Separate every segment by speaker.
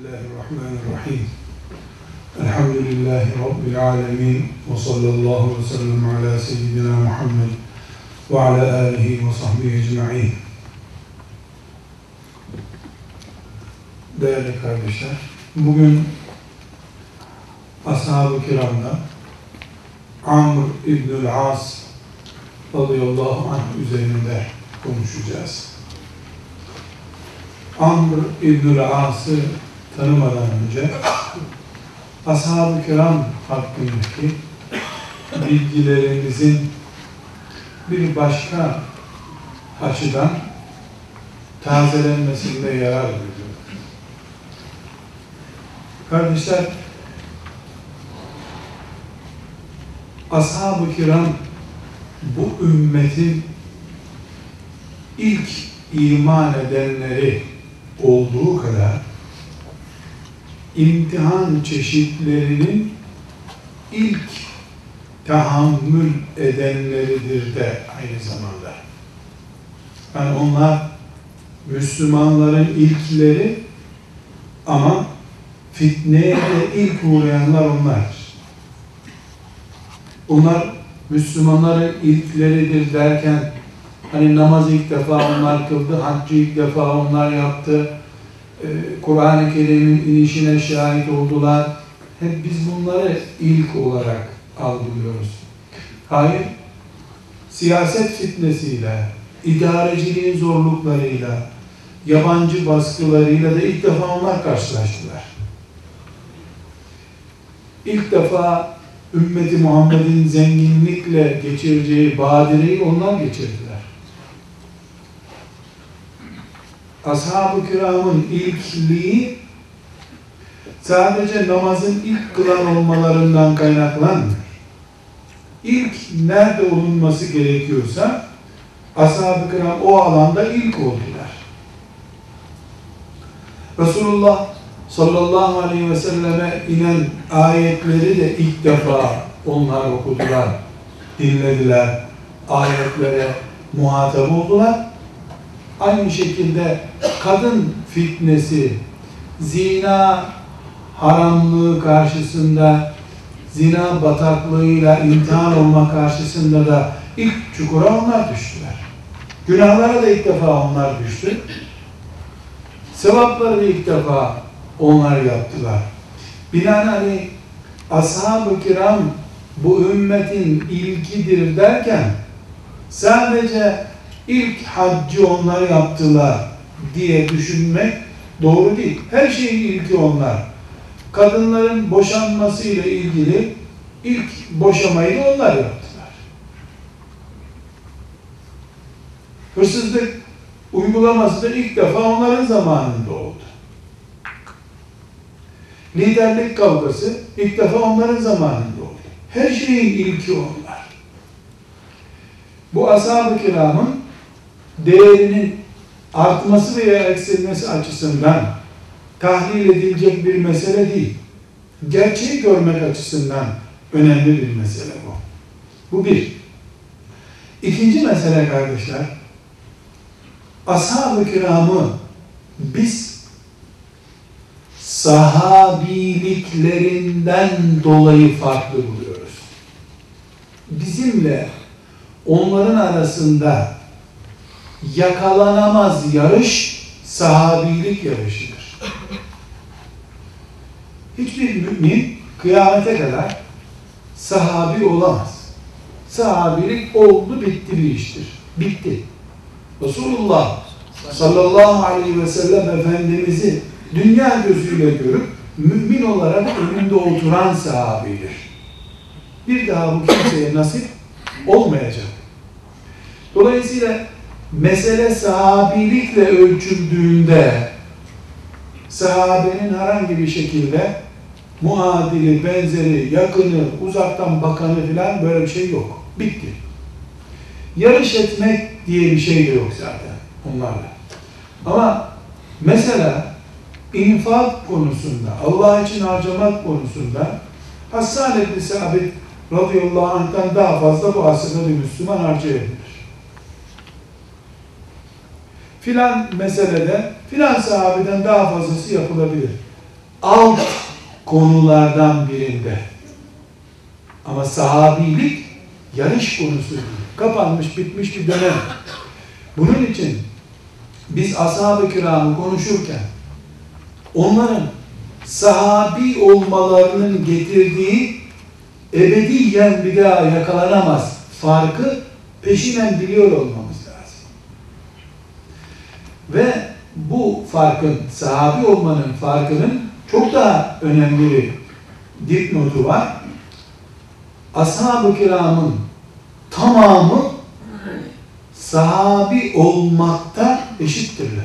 Speaker 1: Bismillahirrahmanirrahim. Elhamdülillahi Rabbil alemin. Ve sallallahu ve sellem ala seyyidina Muhammed ve ala alihi ve sahbihi ecma'in. Değerli kardeşler, bugün Ashab-ı Kiram'da Amr İbnül As radıyallahu anh üzerinde konuşacağız. Amr İbnül As'ı tanımadan önce Ashab-ı Kiram hakkındaki bilgilerimizin bir başka açıdan tazelenmesinde yarar görüyorum. Kardeşler, Ashab-ı Kiram bu ümmetin ilk iman edenleri olduğu kadar imtihan çeşitlerinin ilk tahammül edenleridir de aynı zamanda. Yani onlar Müslümanların ilkleri ama fitneye de ilk uğrayanlar onlardır. Onlar Müslümanların ilkleridir derken hani namazı ilk defa onlar kıldı, haccı ilk defa onlar yaptı, Kur'an-ı Kerim'in inişine şahit oldular. Hep biz bunları ilk olarak algılıyoruz. Hayır, siyaset fitnesiyle, idareciliğin zorluklarıyla, yabancı baskılarıyla da ilk defa onlar karşılaştılar. İlk defa ümmeti Muhammed'in zenginlikle geçireceği badireyi onlar geçirdiler. Ashab-ı Kiram'ın ilkliği sadece namazın ilk kılan olmalarından kaynaklanmıyor. İlk nerede olunması gerekiyorsa Ashab-ı Kiram o alanda ilk oldular. Resulullah sallallahu aleyhi ve selleme inen ayetleri de ilk defa onlar okudular, dinlediler, ayetlere muhatap oldular. Aynı şekilde kadın fitnesi, zina haramlığı karşısında, zina bataklığıyla imtihan olma karşısında da ilk çukura onlar düştüler. Günahlara da ilk defa onlar düştü. Sevapları da ilk defa onlar yaptılar. Binaenaleyh Ashab-ı Kiram bu ümmetin ilkidir derken sadece ilk haccı onlar yaptılar diye düşünmek doğru değil. Her şeyin ilki onlar. Kadınların boşanmasıyla ilgili ilk boşamayı da onlar yaptılar. Hırsızlık uygulaması da ilk defa onların zamanında oldu. Liderlik kavgası ilk defa onların zamanında oldu. Her şeyin ilki onlar. Bu Ashab-ı Kiram'ın değerinin artması veya eksilmesi açısından tahlil edilecek bir mesele değil. Gerçeği görmek açısından önemli bir mesele bu. Bu bir. İkinci mesele kardeşler, Ashab-ı Kiram'ı biz sahabiliklerinden dolayı farklı buluyoruz. Bizimle onların arasında yakalanamaz yarış sahabilik yarışıdır. Hiçbir mümin kıyamete kadar sahabi olamaz. Sahabilik oldu, bitti bir iştir. Bitti. Resulullah sallallahu aleyhi ve sellem Efendimiz'i dünya gözüyle görüp mümin olarak önünde oturan sahabidir. Bir daha bu kimseye nasip olmayacak. Dolayısıyla mesele sahabilikle ölçüldüğünde sahabenin herhangi bir şekilde muadili, benzeri, yakını, uzaktan bakanı filan böyle bir şey yok. Bitti. Yarış etmek diye bir şey de yok zaten onlarla. Ama mesela infak konusunda, Allah için harcamak konusunda Hassan ibn Sabit radıyallahu anh'tan daha fazla bu asırda bir Müslüman harcayabilir. Filan meselede filan sahabeden daha fazlası yapılabilir. alt konulardan birinde. Ama sahabilik yarış konusu değil. Kapanmış, bitmiş bir dönem. Bunun için biz ashab-ı kiramı konuşurken onların sahabi olmalarının getirdiği ebediyen bir daha yakalanamaz farkı peşinen biliyor olmamız lazım. Ve bu farkın, sahabi olmanın farkının çok daha önemli bir dipnotu var. Ashab-ı kiramın tamamı sahabi olmakta eşittirler.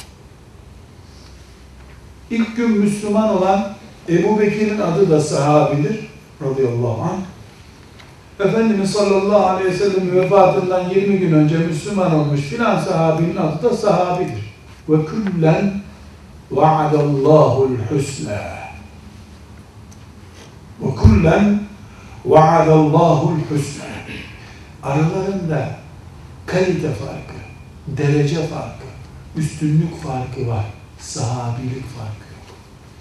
Speaker 1: İlk gün Müslüman olan Ebu Bekir'in adı da sahabidir radıyallahu anh. Efendimiz sallallahu aleyhi ve sellem vefatından 20 gün önce Müslüman olmuş filan sahabinin adı da sahabidir. Ve küllen vaadallahu'l husna. Ve küllen vaadallahu'l husna. Aralarında kalite farkı, derece farkı, üstünlük farkı var. Sahabilik farkı yok.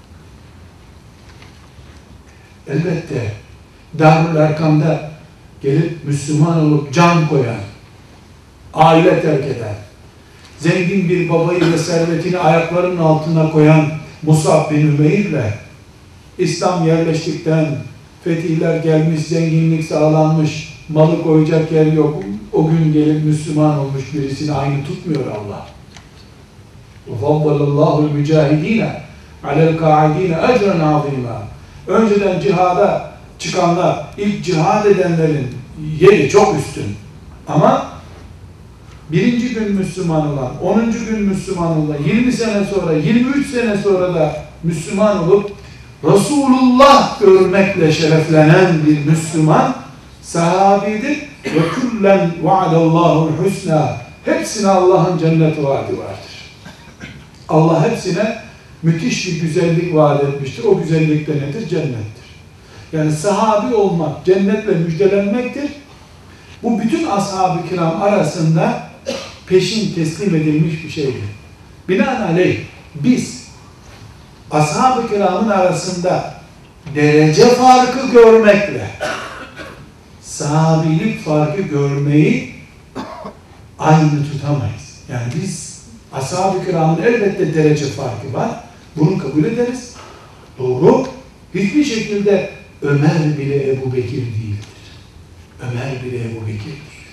Speaker 1: Elbette Darül Erkam'da gelip Müslüman olup can koyan, aile terk eden, zengin bir babayı ve servetini ayaklarının altına koyan Musab bin Ümeyr'le İslam yerleştikten, fetihler gelmiş, zenginlik sağlanmış, malı koyacak yer yok, o gün gelip Müslüman olmuş birisini aynı tutmuyor Allah. وَفَضَّلَ اللّٰهُ الْمُجَاهِد۪ينَ عَلَى الْقَاعِد۪ينَ اَجْرًا عَظ۪يمًا. Önceden cihada çıkanlar, ilk cihad edenlerin yeri çok üstün. Ama birinci gün Müslüman olan, 10. gün Müslüman olan, 20 sene sonra, 23 sene sonra da Müslüman olup Resulullah görmekle şereflenen bir Müslüman sahabidir. Ve küllen vaadallahu'l husna. Hepsine Allah'ın cennet vaadi vardır. Allah hepsine müthiş bir güzellik vaat etmiştir. O güzellik de nedir? Cennettir. Yani sahabi olmak, cennetle müjdelenmektir. Bu bütün ashab-ı kiram arasında peşin teslim edilmiş bir şeydir. Binaenaleyh biz ashab-ı kiramın arasında derece farkı görmekle sahabilik farkı görmeyi aynı tutamayız. Yani biz ashab-ı kiramın elbette derece farkı var. Bunu kabul ederiz. Doğru. Hiçbir şekilde Ömer bile Ebu Bekir değildir. Ömer bile Ebu Bekir değil.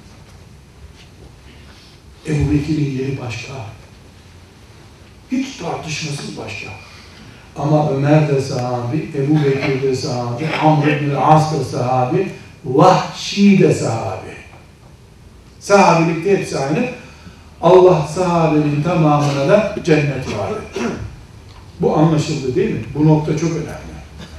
Speaker 1: Ebu Bekir'in yeri başka. Hiç tartışmasız başka. Ama Ömer de sahabi, Ebu Bekir de sahabi, Amr ibn As da sahabi, Vahşi de sahabi. Sahabilikte hepsi aynı. Allah sahabenin tamamına da cennet var. Bu anlaşıldı değil mi? Bu nokta çok önemli.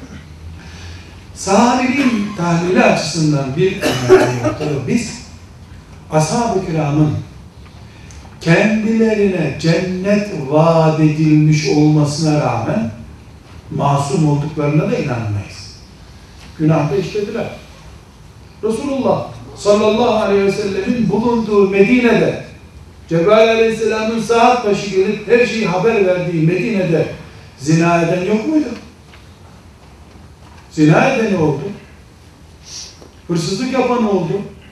Speaker 1: Sahabeliğin tahlili açısından bir önemli noktada biz ashab-ı kiramın kendilerine cennet vaat edilmiş olmasına rağmen masum olduklarına da inanmayız. Günahda işlediler. Resulullah sallallahu aleyhi ve sellemin bulunduğu Medine'de Cebrail aleyhisselamın saat başı gelip her şeyi haber verdiği Medine'de zina eden yok muydu? Zina eden oldu. Hırsızlık yapan oldu.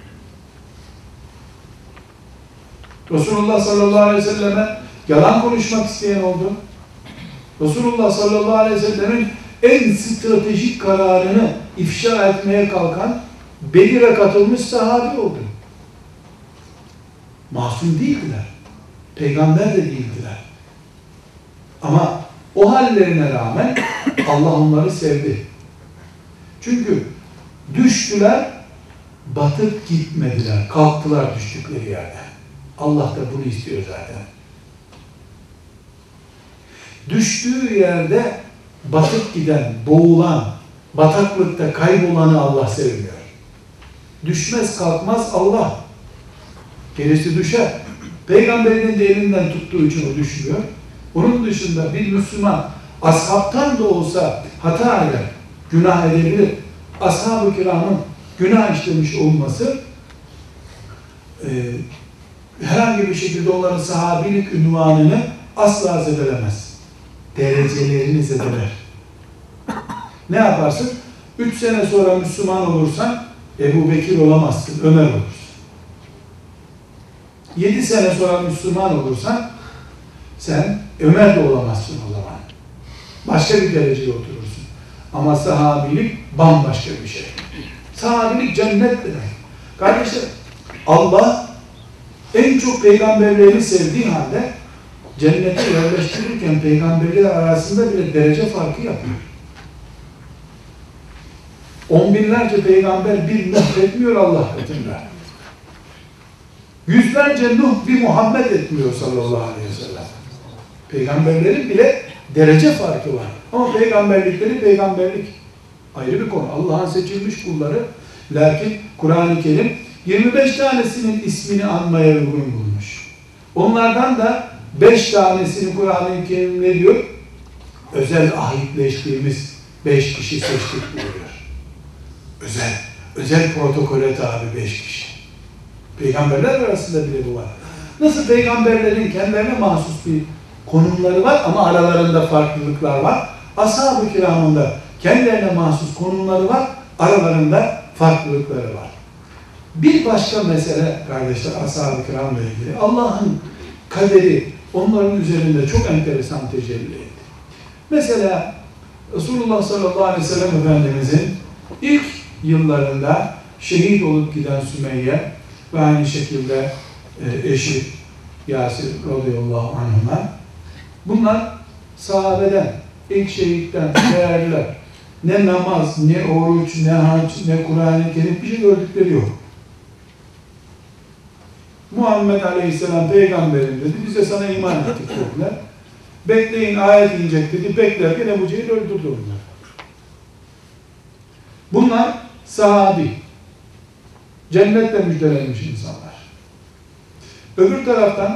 Speaker 1: Resulullah sallallahu aleyhi ve selleme yalan konuşmak isteyen oldu. Resulullah sallallahu aleyhi ve sellemin en stratejik kararını ifşa etmeye kalkan Bedir'e katılmış sahabi oldu. Masum değildiler. Peygamber de değildiler. Ama o hallerine rağmen Allah onları sevdi. Çünkü düştüler, batıp gitmediler. Kalktılar düştükleri yerden. Allah da bunu istiyor zaten. Düştüğü yerde batıp giden, boğulan, bataklıkta kaybolanı Allah sevmiyor. Düşmez kalkmaz Allah. Gerisi düşer. Peygamberinin de elinden tuttuğu için o düşmüyor. Onun dışında bir Müslüman ashabtan da olsa hata eder, günah edebilir. Ashab-ı kiramın günah işlemiş olması herhangi bir şekilde onların sahabilik ünvanını asla zedelemez. derecelerini zedeler. Ne yaparsın? 3 sene sonra Müslüman olursan Ebu Bekir olamazsın, Ömer olursun. 7 sene sonra Müslüman olursan sen Ömer de olamazsın o zaman. Başka bir dereceye oturursun. Ama sahabilik bambaşka bir şey. Sahabilik cennet demek. Kardeşler, Allah en çok peygamberlerini sevdiği halde cennete yerleştirirken peygamberler arasında bile derece farkı yapıyor. 10 binlerce peygamber bir Nuh etmiyor Allah katında. Yüzlerce Nuh bir Muhammed etmiyor sallallahu aleyhi ve sellem. Peygamberlerin bile derece farkı var. Ama peygamberlikleri peygamberlik ayrı bir konu. Allah'ın seçilmiş kulları. Lakin Kur'an-ı Kerim 25 tanesinin ismini anmaya uygun bulmuş. Onlardan da 5 tanesini Kur'an-ı Kerim ne diyor? Özel ahitleştiğimiz 5 kişi seçtik diyor. Özel protokole tabi 5 kişi. Peygamberler arasında bile bu var. Nasıl peygamberlerin kendilerine mahsus bir konumları var ama aralarında farklılıklar var. Ashab-ı kiramın da kendilerine mahsus konumları var, aralarında farklılıkları var. Bir başka mesele kardeşler ashab-ı kiramla ilgili. Allah'ın kaderi onların üzerinde çok enteresan tecelli etti. Mesela Resulullah sallallahu aleyhi ve sellem Efendimizin ilk yıllarında şehit olup giden Sümeyye ve aynı şekilde eşi Yasir radıyallahu anhuma, bunlar sahabeden, ilk şehitten değerliler. Ne namaz, ne oruç, ne hac, ne Kur'an-ı Kerim bir şey gördükleri yok. Muhammed Aleyhisselam peygamberim dedi, biz de sana iman ettik dediler. Bekleyin ayet inecek dedi, beklerken Ebu Cehil öldürdü onları. Bunlar sahabi, cennetle müjdelenmiş insanlar. Öbür taraftan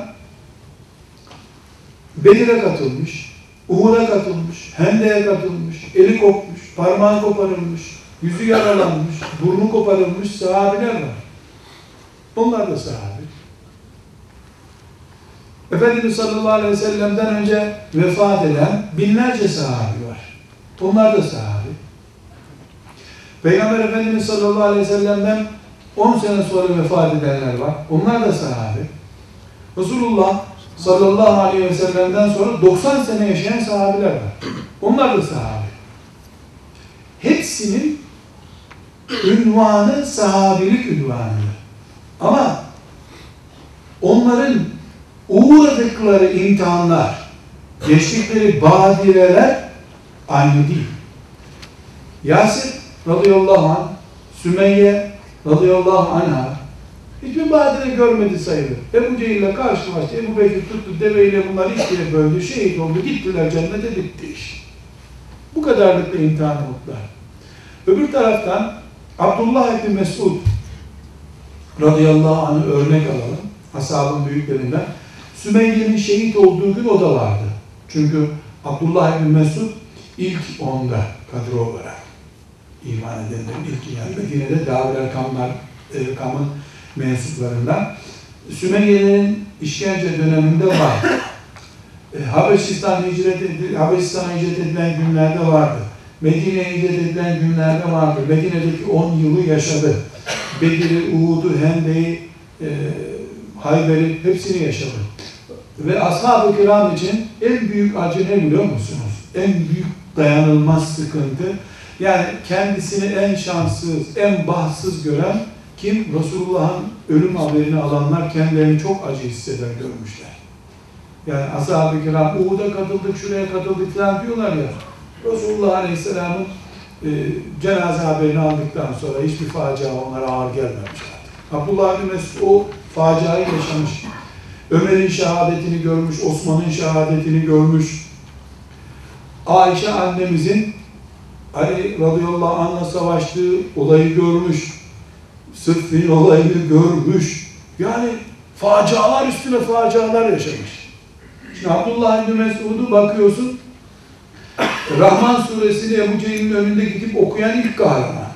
Speaker 1: Bedir'e katılmış, Uhud'a katılmış, Hendek'e katılmış, eli kopmuş, parmağı koparılmış, yüzü yaralanmış, burnu koparılmış sahabiler var. Onlar da sahabi. Efendimiz sallallahu aleyhi ve sellem'den önce vefat eden binlerce sahabi var. Onlar da sahabi. Peygamber Efendimiz sallallahu aleyhi ve sellem'den 10 sene sonra vefat edenler var. Onlar da sahabi. Resulullah sallallahu aleyhi ve sellem'den sonra 90 sene yaşayan sahabiler var. Onlar da sahabi. Hepsinin ünvanı sahabilik ünvanıdır. Ama onların uğradıkları imtihanlar, geçtikleri badireler aynı değil. Yasir radıyallahu anh, Sümeyye radıyallahu anh'a hiçbir badire görmedi sayılır. Ebu Cehil'le karşılaştı. Ebu Bekir tuttu, deveyle bunlar ikiye böldü, şehit oldu, gittiler cennete, bitti iş. Bu kadarlıkla imtihan oldular. Öbür taraftan Abdullah ibn Mesud radıyallahu anh'ı örnek alalım. Ashabın büyüklerinden. Sümeyye'nin şehit olduğu gün o da vardı. Çünkü Abdullah ibn Mesud ilk 10'da kadro olarak iman edenlerin ilk, yani Medine'de Davul Erkam'ın mensuplarından. Sümeyye'nin işkence döneminde var. Habeşistan'a hicret edilen günlerde vardı. Medine'ye hicret edilen günlerde vardı. Medine'deki 10 yılı yaşadı. Bedir'i, Uhud'u, Hendek'i, Hayber'i hepsini yaşadı. Ve ashab-ı kiram için en büyük acı ne biliyor musunuz? En büyük dayanılmaz sıkıntı. Yani kendisini en şanssız, en bahtsız gören kim? Resulullah'ın ölüm haberini alanlar kendilerini çok acı hisseder görmüşler. Yani ashab-ı kiram Uhud'a katıldık, şuraya katıldık falan diyorlar ya. Resulullah Aleyhisselam'ın cenaze haberini aldıktan sonra hiçbir facia onlara ağır gelmemiş. Abdullah bin Mesud o faciayı yaşamış. Ömer'in şehadetini görmüş, Osman'ın şehadetini görmüş. Ayşe annemizin Ali radıyallahu anh'la savaştığı olayı görmüş. Sıffin olayını görmüş. Yani facialar üstüne facialar yaşamış. Şimdi Abdullah bin Mesud'u bakıyorsun, Rahman suresini Ebu Cehil'in önünde gidip okuyan ilk kahraman.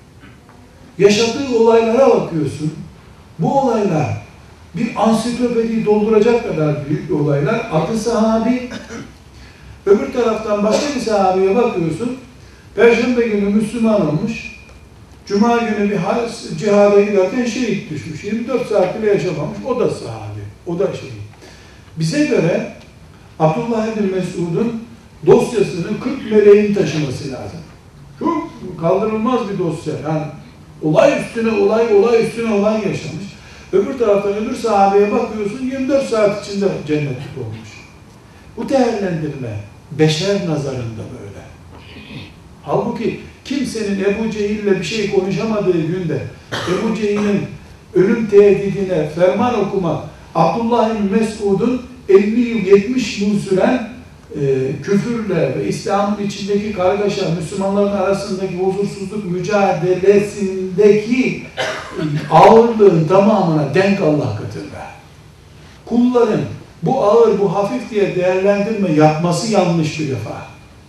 Speaker 1: Yaşadığı olaylara bakıyorsun. Bu olaylar bir ansiklopediyi dolduracak kadar büyük olaylar. Adı sahabi Öbür taraftan başka bir sahabeye bakıyorsun, Perşembe günü Müslüman olmuş, Cuma günü bir cihada giderken şehit düşmüş, 24 saat bile yaşamamış, o da sahabe, o da şehit. Bize göre Abdullah bin Mesud'un dosyasını 40 meleğin taşıması lazım. Çok kaldırılmaz bir dosya. Yani olay üstüne olay, olay üstüne olay yaşamış. Öbür taraftan öbür sahabeye bakıyorsun 24 saat içinde cennetlik olmuş. Bu değerlendirme beşer nazarında böyle. Halbuki kimsenin Ebu Cehil'le bir şey konuşamadığı günde Ebu Cehil'in ölüm tehdidine ferman okuma, Abdullah bin Mesud'un 50 yıl 70 yıl süren küfürle ve İslam'ın içindeki kargaşa, Müslümanların arasındaki huzursuzluk mücadelesindeki ağırlığın tamamına denk Allah katında. Kulların bu ağır, bu hafif diye değerlendirme yapması yanlış bir defa.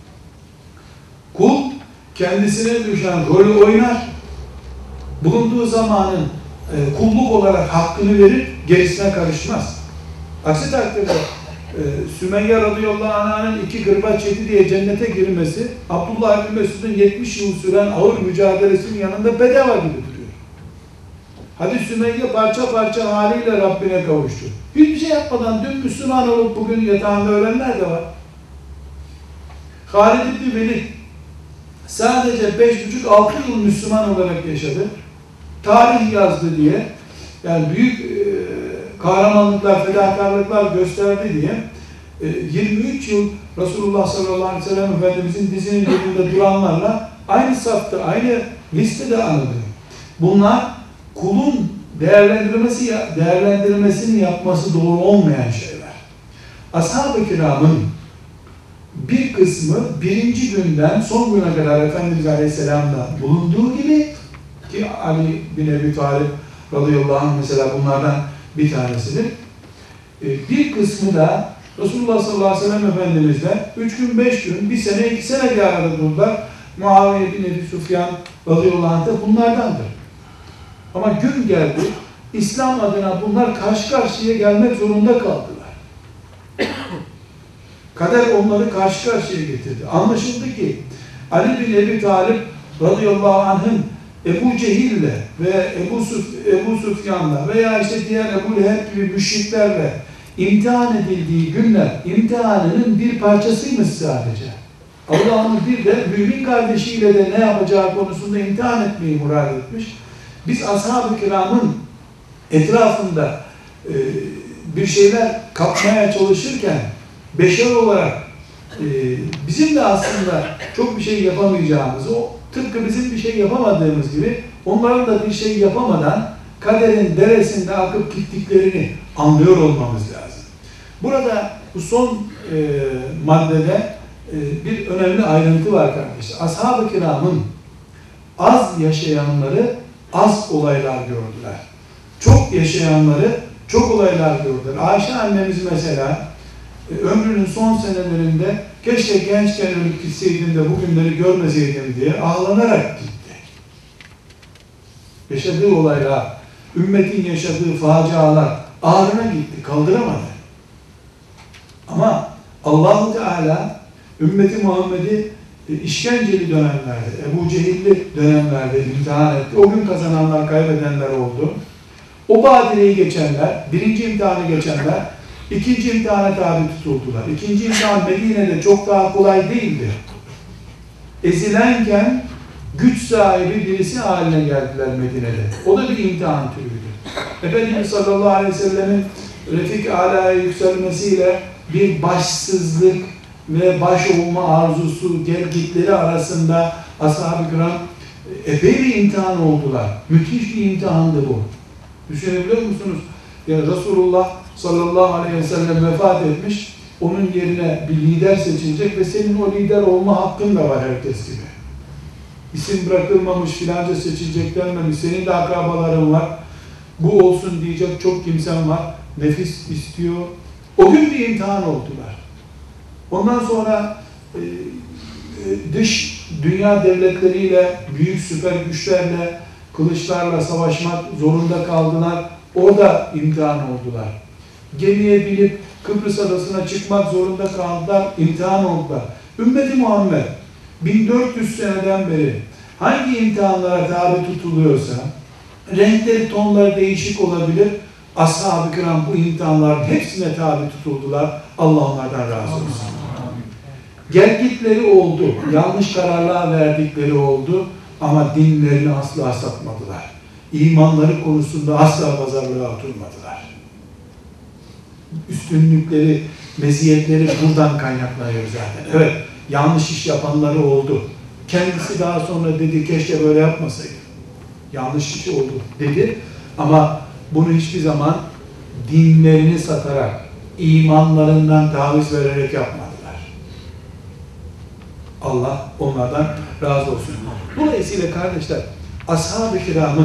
Speaker 1: Kul kendisine düşen rolü oynar, bulunduğu zamanın kulluk olarak hakkını verir, gerisine karışmaz. Aksi takdirde Sümeyye radıyallahu anh'ın 2 gırbaç yedi diye cennete girmesi, Abdullah bin Mesud'un 70 yıl süren ağır mücadelesinin yanında bedava gibi duruyor. Hadi Sümeyye parça parça haliyle Rabbine kavuştu. Hiçbir şey yapmadan dün Müslüman olup bugün yatağında ölenler de var. Halid ibn Velid sadece 5,5-6 yıl Müslüman olarak yaşadı. Tarih yazdı diye, yani büyük kahramanlıklar, fedakarlıklar gösterdi diye 23 yıl Resulullah sallallahu aleyhi ve sellem Efendimizin dizinin dibinde duranlarla aynı safta, aynı listede anılıyor. Bunlar kulun değerlendirmesini yapması doğru olmayan şeyler. Ashab-ı kiramın bir kısmı birinci günden son güne kadar Efendimiz Aleyhisselam'da bulunduğu gibi, ki Ali bin Ebi Talib radıyallahu anh mesela bunlardan bir tanesidir. Bir kısmı da Resulullah sallallahu aleyhi ve sellem Efendimiz'le 3 gün, 5 gün, 1 sene, 2 sene bir arada durdular. Muaviye bin Ebi Sufyan radıyallahu anh da bunlardandır. Ama gün geldi, İslam adına bunlar karşı karşıya gelmek zorunda kaldılar. Kader onları karşı karşıya getirdi. Anlaşıldı ki Ali bin Ebi Talib radıyallahu anh'ın Ebu Cehil'le ve Ebu Sufyan'la veya işte diğer Ebu Leheb gibi müşriklerle imtihan edildiği günler imtihanının bir parçasıymış sadece. Allah onu bir de mümin kardeşiyle de ne yapacağı konusunda imtihan etmeyi murad etmiş. Biz ashab-ı kiramın etrafında bir şeyler kapmaya çalışırken beşer olarak bizim de aslında çok bir şey yapamayacağımız, o tıpkı bizim bir şey yapamadığımız gibi onların da bir şey yapamadan kaderin deresinde akıp gittiklerini anlıyor olmamız lazım. Burada bu son maddede bir önemli ayrıntı var kardeşler. Ashab-ı kiramın az yaşayanları az olaylar gördüler. Çok yaşayanları çok olaylar gördüler. Ayşe annemiz mesela ömrünün son senelerinde keşke gençken ölüp gitseydim de bugünleri görmeseydim diye ağlanarak gitti. Yaşadığı olaylar, ümmetin yaşadığı facialar ağrına gitti, kaldıramadı. Ama Allah-u Teala ümmeti Muhammed'i işkenceli dönemlerde, Ebu Cehilli dönemlerde imtihan etti. O gün kazananlar, kaybedenler oldu. O badireyi geçenler, birinci imtihanı geçenler, ikinci imtihana tabi tutuldular. İkinci imtihan Medine'de çok daha kolay değildi. Ezilenken güç sahibi birisi haline geldiler Medine'de. O da bir imtihan türüydü. Efendimiz sallallahu aleyhi ve sellemin Refik-i Ala'ya yükselmesiyle bir başsızlık ve baş olma arzusu, gelgitleri arasında ashab-ı kiram epey bir imtihan oldular. Müthiş bir imtihandı bu. Düşünebiliyor musunuz? Yani Resulullah sallallahu aleyhi ve sellem vefat etmiş, onun yerine bir lider seçilecek ve senin o lider olma hakkın da var herkes gibi. İsim bırakılmamış, filanca seçilecek denmemiş, senin de akrabaların var, bu olsun diyecek çok kimsen var, nefis istiyor. O gün bir imtihan oldular. Ondan sonra dış dünya devletleriyle, büyük süper güçlerle, kılıçlarla savaşmak zorunda kaldılar. Orada imtihan oldular. Gemiye binip Kıbrıs adasına çıkmak zorunda kaldılar, imtihan oldular. Ümmeti Muhammed 1400 seneden beri hangi imtihanlara tabi tutuluyorsa, renkleri, tonları değişik olabilir. Ashab-ı kiram bu imtihanların hepsine tabi tutuldular. Allah onlardan razı olsun. Gelgitleri oldu, yanlış kararlar verdikleri oldu ama dinlerini asla satmadılar. İmanları konusunda asla pazarlığa oturmadılar. Üstünlükleri, meziyetleri buradan kaynaklanıyor zaten. Evet, yanlış iş yapanları oldu. Kendisi daha sonra dedi, keşke böyle yapmasaydı. Yanlış iş oldu dedi ama bunu hiçbir zaman dinlerini satarak, imanlarından taviz vererek yapmadılar. Allah onlardan razı olsun. Dolayısıyla kardeşler, ashab-ı kiramın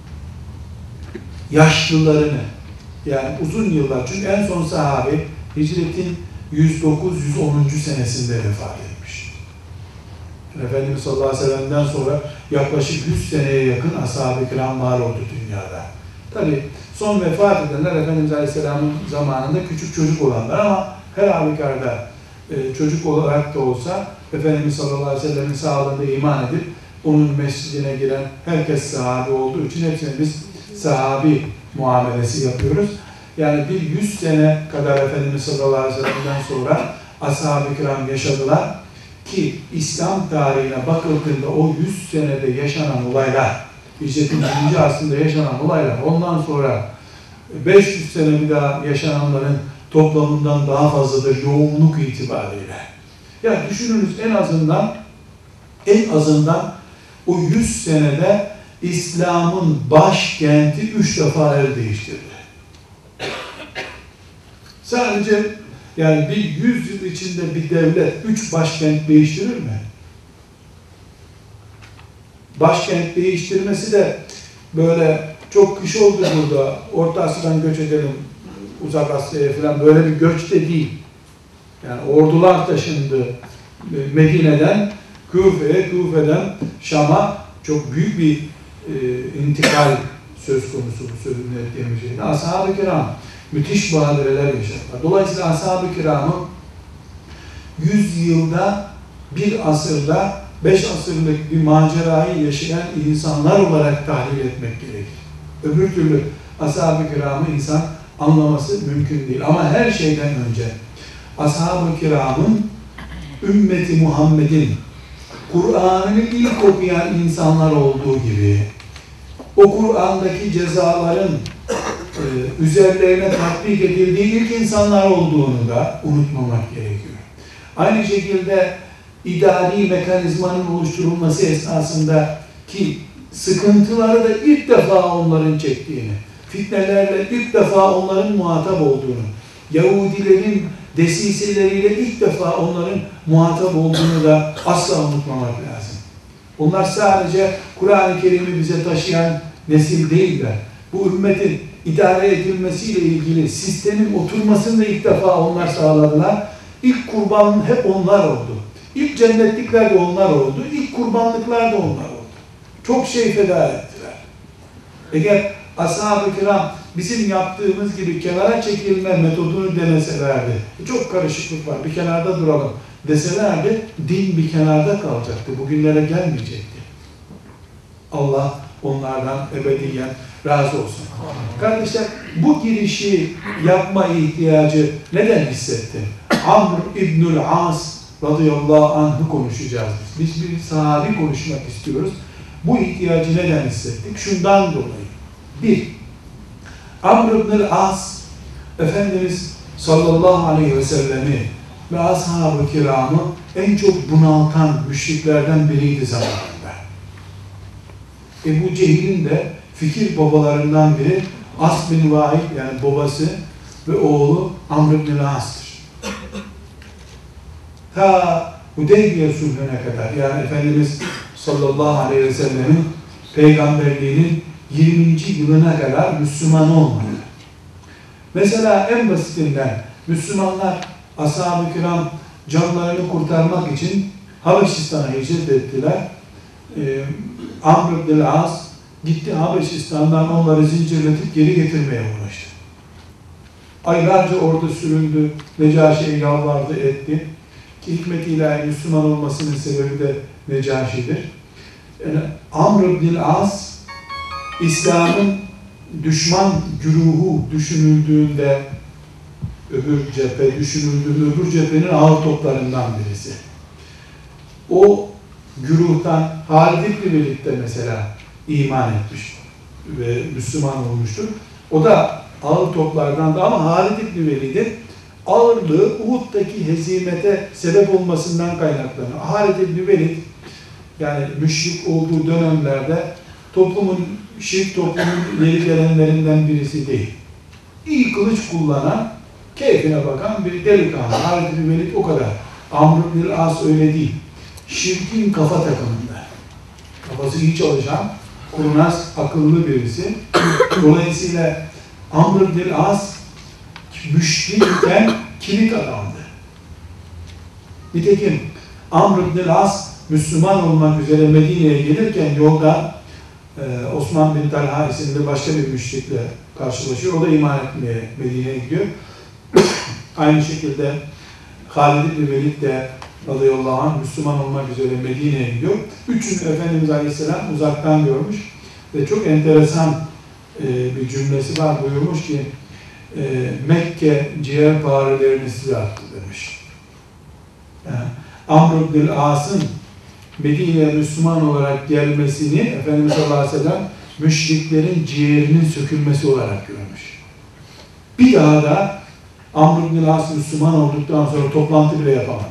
Speaker 1: yaşlılarını, yani uzun yıllar, çünkü en son sahabi hicretin 109-110. senesinde vefat etmiş. Efendimiz sallallahu aleyhi ve sellem'den sonra yaklaşık 100 seneye yakın ashab-ı kiram var oldu dünyada. Tabi son vefat edenler Efendimiz Aleyhisselam'ın zamanında küçük çocuk olanlar ama her halükarda çocuk olarak da olsa Efendimiz sallallahu aleyhi ve sellem'in sağlığında iman edip onun mescidine giren herkes sahabi olduğu için hepsine biz sahabi muamelesi yapıyoruz. Yani bir 100 sene kadar Efendimiz sallallahu aleyhi ve sellem'den sonra ashab-ı kiram yaşadılar ki İslam tarihine bakıldığında o 100 senede yaşanan olaylar, Hicretin 1. asrında yaşanan olaylar, ondan sonra 500 sene bir daha yaşananların toplamından daha fazladır yoğunluk itibariyle. Ya düşününüz, en azından o 100 senede İslam'ın başkenti 3 defa el değiştirdi. Sadece yani bir 100 yıl içinde bir devlet 3 başkent değiştirir mi? Başkent değiştirmesi de böyle çok kış oldu burada, Orta Asya'dan göç edelim Uzak Asya'ya falan, böyle bir göç de değil. Yani ordular taşındı Medine'den Küfe'ye, Küfe'den Şam'a, çok büyük bir intikal söz konusu bu sözünü ettiğimiz şeyde. Ashab-ı kiram müthiş badireler yaşadılar. Dolayısıyla ashab-ı kiramı 100 yılda, bir asırda, 5 asırlık bir macerayı yaşayan insanlar olarak tahlil etmek gerekir. Öbür türlü ashab-ı kiramı insan anlaması mümkün değil. Ama her şeyden önce ashab-ı kiramın ümmeti Muhammed'in Kur'an'ını ilk okuyan insanlar olduğu gibi o Kur'an'daki cezaların üzerlerine tatbik edildiği ilk insanlar olduğunu da unutmamak gerekiyor. Aynı şekilde idari mekanizmanın oluşturulması esnasında ki sıkıntıları da ilk defa onların çektiğini, fitnelerle ilk defa onların muhatap olduğunu, Yahudilerin desiseleriyle ilk defa onların muhatap olduğunu da asla unutmamak lazım. Onlar sadece Kur'an-ı Kerim'i bize taşıyan nesil değiller. Bu ümmetin idare edilmesiyle ilgili sistemin oturmasını da ilk defa onlar sağladılar. İlk kurban hep onlar oldu. İlk cennetlikler de onlar oldu. İlk kurbanlıklar da onlar oldu. Çok şey feda ettiler. Eğer ashab-ı kiram bizim yaptığımız gibi kenara çekilme metodunu deneselerdi, çok karışıklık var, bir kenarda duralım deselerdi, din bir kenarda kalacaktı, bugünlere gelmeyecekti. Allah onlardan ebediyen razı olsun. Kardeşler, bu girişi yapma ihtiyacı neden hissetti? Amr İbnül As radıyallahu anh'ı konuşacağız biz. Biz bir sahabi konuşmak istiyoruz. Bu ihtiyacı neden hissettik? Şundan dolayı. Bir, Amr İbnül As, Efendimiz sallallahu aleyhi ve sellemi ve ashab-ı kiramı en çok bunaltan müşriklerden biriydi zamanında. Ebu Cehil'in de fikir babalarından biri As bin Vahid, yani babası ve oğlu Amr İbnül As'tır. Ta Hudeybiye sulhüne kadar, yani Efendimiz sallallahu aleyhi ve sellemin peygamberliğinin 20. yılına kadar Müslüman olmadı. Mesela en basitinden Müslümanlar, ashab-ı kiram canlarını kurtarmak için Habeşistan'a hicret ettiler. Amr İbnül As gitti Habeşistan'dan onları zincirletip geri getirmeye uğraştı. Aylarca orada süründü. Necaşi'ye yalvardı, etti. Ki hikmet-i ilahi Müslüman olmasının sebebi de Necaşi'dir. Yani Amr ibn As, İslam'ın düşman güruhu düşünüldüğünde, öbür cephe düşünüldüğünde, öbür cephenin ağır toplarından birisi. O güruhtan Halid ibn Velid de mesela iman etmiş ve Müslüman olmuştur. O da ağır toplardan da, ama Halid ibn Velid'in ağırlığı Uhud'daki hezimete sebep olmasından kaynaklanıyor. Halid ibn Velid, yani müşrik olduğu dönemlerde şirk toplumun ileri gelenlerinden birisi değil. İyi kılıç kullanan, keyfine bakan bir delikanlı. Halid ibn Velid o kadar. Amr ibn As öyle değil. Şirkin kafa takımında. Kafası iyi çalışan, kurnaz, akıllı birisi. Dolayısıyla Amr ibn As müşrikken kilit adamdı. Nitekim Amr ibn As Müslüman olmak üzere Medine'ye gelirken yolda Osman bin Talha isimli başka bir müşrikle karşılaşıyor. O da iman etmeye Medine'ye gidiyor. Aynı şekilde Halid ibn Velid de radıyallahu anh Müslüman olmak üzere Medine'ye gidiyor. Üçünü Efendimiz Aleyhisselam uzaktan görmüş ve çok enteresan bir cümlesi var. Buyurmuş ki Mekke ciğerparelerini size attı demiş. Yani Amr ibn As'ın Medine'ye Müslüman olarak gelmesini Efendimiz sallallahu aleyhi ve sellem müşriklerin ciğerinin sökülmesi olarak görmüş. Bir daha da Amr ibn As Müslüman olduktan sonra toplantı bile yapamadılar.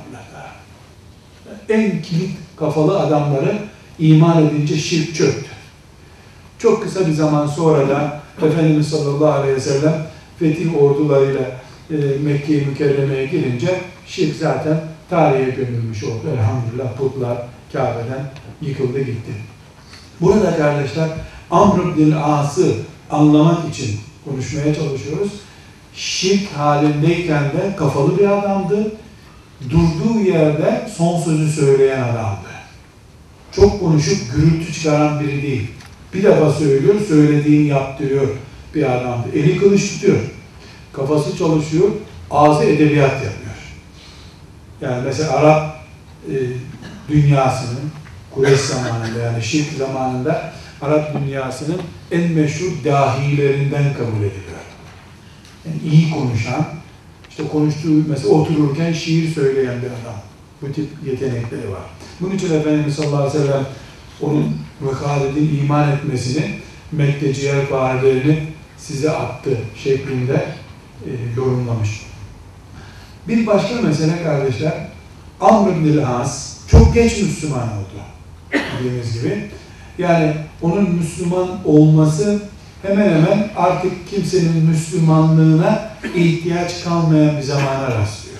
Speaker 1: En kilit kafalı adamları iman edince şirk çöktü. Çok kısa bir zaman sonra da Efendimiz sallallahu aleyhi ve sellem fetih ordularıyla Mekke-i Mükerreme'ye girince şirk zaten tarihe gömülmüş oldu. Elhamdülillah putlar Kabe'den yıkıldı gitti. Burada kardeşler Amr ibn As'ı anlamak için konuşmaya çalışıyoruz. Şirk halindeyken de kafalı bir adamdı. Durduğu yerde son sözü söyleyen adamdı. Çok konuşup gürültü çıkaran biri değil. Bir defa söylüyor, söylediğini yaptırıyor bir adamdı. Eli kılıç tutuyor. Kafası çalışıyor, ağzı edebiyat yapıyor. Yani mesela Arap dünyasının Kureyş zamanında, yani şirk zamanında Arap dünyasının en meşhur dahilerinden kabul ediliyor. Yani iyi konuşan, işte konuştuğu mesela otururken şiir söyleyen bir adam. Bu tip yetenekleri var. Bunun için Efendimiz sallallahu aleyhi ve sellem onun ve Halid'in iman etmesini, Mekke ciğerparelerini size attı şeklinde yorumlamış. Bir başka mesele kardeşler, Amr ibn As çok geç Müslüman oldu dediğimiz gibi. Yani onun Müslüman olması hemen hemen artık kimsenin Müslümanlığına ihtiyaç kalmayan bir zamana rastlıyor.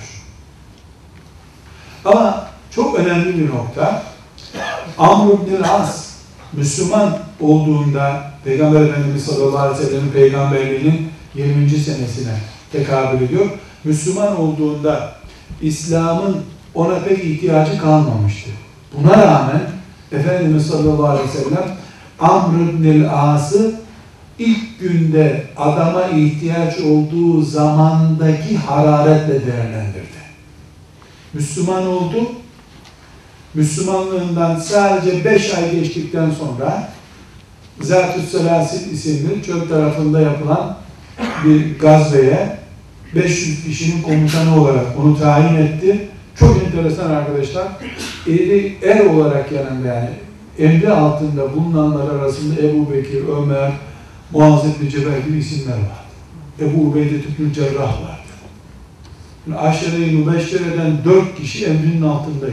Speaker 1: Ama çok önemli bir nokta, Amr ibn As Müslüman olduğunda Peygamber Efendimiz sallallahu aleyhi ve sellem'in peygamberliğinin 20. senesine tekabül ediyor. Müslüman olduğunda İslam'ın ona pek ihtiyacı kalmamıştı. Buna rağmen Efendimiz sallallahu aleyhi ve sellem Amr ibn As'ı ilk günde adama ihtiyaç olduğu zamandaki hararetle değerlendirdi. Müslüman oldu. Müslümanlığından sadece 5 ay geçtikten sonra Zat-ı Selasil isimli çöl tarafında yapılan bir gazveye 500 kişinin komutanı olarak onu tayin etti. Çok enteresan arkadaşlar. Eli er olarak yanında, yani emri altında bulunanlar arasında Ebu Bekir, Ömer, Muaz ibn Cebel gibi isimler vardı. Ebu Ubeyde ibn Cerrah vardı. Yani Aşere-i Mübeşşere'den 4 kişi emrinin altındaydı.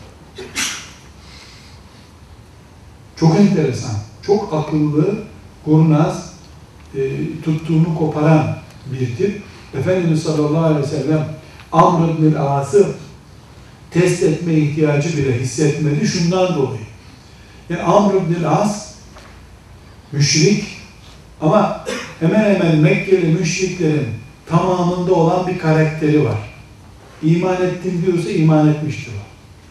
Speaker 1: Çok enteresan, çok akıllı, kurnaz, tuttuğunu koparan bir tip. Efendimiz sallallahu aleyhi ve sellem Amr ibn As'ı test etme ihtiyacı bile hissetmedi şundan dolayı. Yani Amr ibn As müşrik ama hemen hemen Mekkeli müşriklerin tamamında olan bir karakteri var. İman ettim diyorsa iman etmiştir o.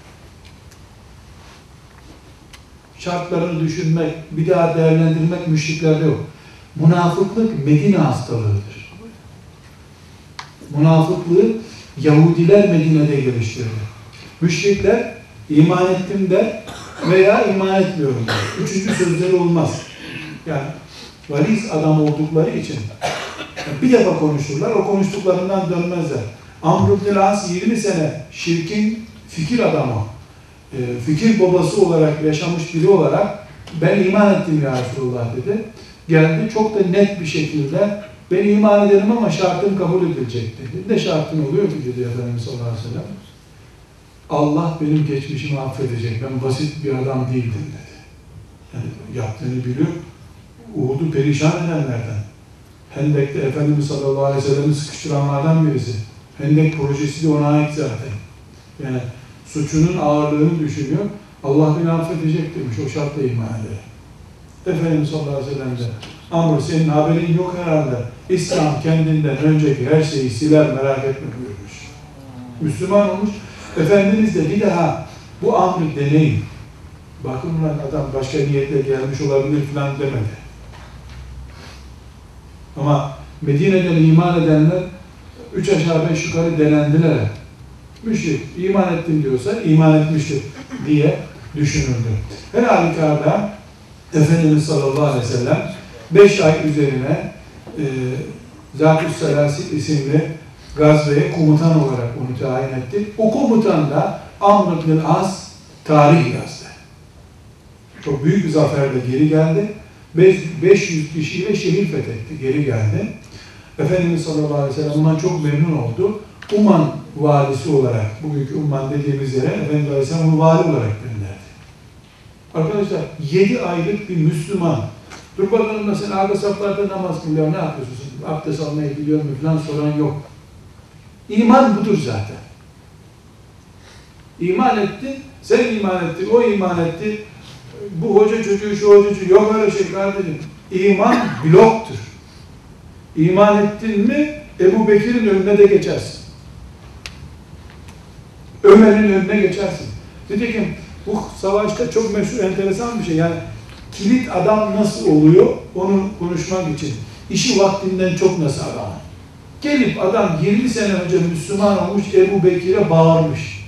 Speaker 1: Şartlarını düşünmek, bir daha değerlendirmek müşriklerde yok. Münafıklık Medine hastalığıdır. Münafıklığı Yahudiler Medine'de geliştirdi. Müşrikler iman ettim der veya iman etmiyorum der. Üçüncü sözleri olmaz. Yani valiz adam oldukları için bir defa konuşurlar, o konuştuklarından dönmezler. Amr ibn As 20 sene şirkin fikir adamı, fikir babası olarak yaşamış biri olarak ben iman ettim ya Resulullah dedi. Geldi çok da net bir şekilde ben iman ederim ama şartım kabul edilecek dedi. Ne şartın oluyor ki dedi Efendimiz sallallahu aleyhi ve sellem. Allah benim geçmişimi affedecek. Ben basit bir adam değildim dedi. Yani yaptığını biliyor. Uhud'u perişan edenlerden. Hendek'te Efendimiz sallallahu aleyhi ve sellem'i sıkıştıranlardan birisi. Hendek projesi de ona ait zaten. Yani suçunun ağırlığını düşünüyor. Allah beni affedecek demiş. O şartla iman eder. Efendimiz sallallahu aleyhi ve sellem de Amr senin haberin yok herhalde. İslam kendinden önceki her şeyi siler merak etme buyurmuş. Müslüman olmuş. Efendimiz de bir daha bu Amr'ı deneyin. Bakın lan adam başka niyetle gelmiş olabilir falan demedi. Ama Medine'den iman edenler 3 aşağı 5 yukarı denendiler. Müşrik iman ettim diyorsa iman etmiştir diye düşünüldü. Her halükarda Efendimiz sallallahu aleyhi ve sellem 5 ay üzerine Zat-ı Selasi isimli gazveye komutan olarak onu tayin etti. O komutan da Amr ibn As tarih yazdı. Çok büyük bir zaferle geri geldi. 500 kişiyle şehir fethetti, geri geldi. Efendimiz sallallahu aleyhi ve sellem bundan çok memnun oldu. Umman valisi olarak, bugünkü Umman dediğimiz yere Efendimiz aleyhisselam onu vali olarak gönderdi. Arkadaşlar 7 aylık bir Müslüman, dur bakalım mesela arka saflarda namaz kılıyor, ne yapıyorsun? Abdest almayı biliyor mu falan soran yok. İman budur zaten. İman etti, sen iman ettin, o iman etti. Bu hoca çocuğu, şu hoca çocuğu, yok öyle şey kardeşim. İman bloktur. İman ettin mi, Ebu Bekir'in önüne de geçersin. Ömer'in önüne geçersin. Nitekim bu savaşta çok meşhur, enteresan bir şey. Yani kilit adam nasıl oluyor, onu konuşmak için. İşi vaktinden çok nasıl adam. Gelip adam 20 sene önce Müslüman olmuş, Ebu Bekir'e bağırmış.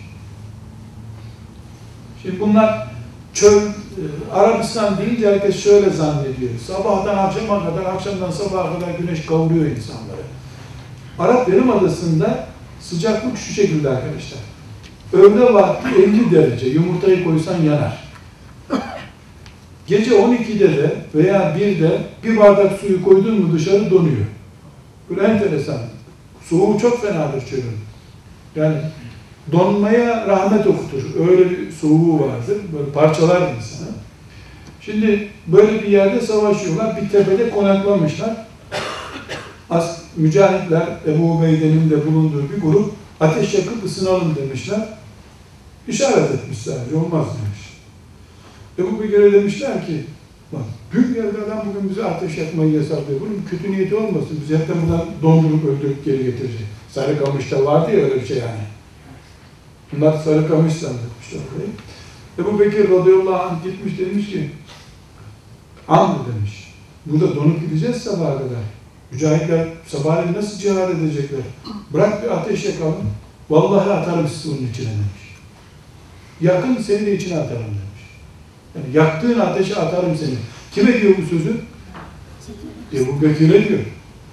Speaker 1: Şimdi bunlar çöl, Arabistan deyince herkes şöyle zannediyor. Sabahtan akşama kadar, akşamdan sabaha kadar güneş kavuruyor insanları. Arap Yarımadası'nda sıcaklık şu şekilde arkadaşlar. Öğle vakti 50 derece, yumurtayı koysan yanar. Gece 12'de de veya 1'de bir bardak suyu koydun mu dışarı donuyor. Böyle enteresan. Soğuğu çok fenadır çölün. Yani donmaya rahmet okutur. Öyle bir soğuğu vardır. Böyle parçalar insanı. Şimdi böyle bir yerde savaşıyorlar. Bir tepede konaklamışlar. Mücahitler, Ebu Ubeyde'nin de bulunduğu bir grup ateş yakıp ısınalım demişler. İşaret etmiş sadece. Olmaz demiş. Ebu Bekir'e demişler ki bak, büyük yerde adam bugün bize ateş yakmayı yasaklıyor. Bunun kötü niyeti olmasın. Bizi hep buradan dondurup öldürüp geri getirecek. Sarıkamış'ta vardı ya öyle bir şey yani. Bunlar Sarıkamış zannetmişler orayı. Ebu Bekir radıyallahu anh gitmiş demiş ki Amr demiş. Burada donup gideceğiz sabaha kadar. Mücahitler sabahleyin nasıl cihad edecekler? Bırak bir ateş yakalım. Vallahi atarım sizi onun içine demiş. Yakın seni de içine atarım demiş. Yani yaktığın ateşe atarım seni. Kime diyor bu sözü? Ebu Bekir'e diyor.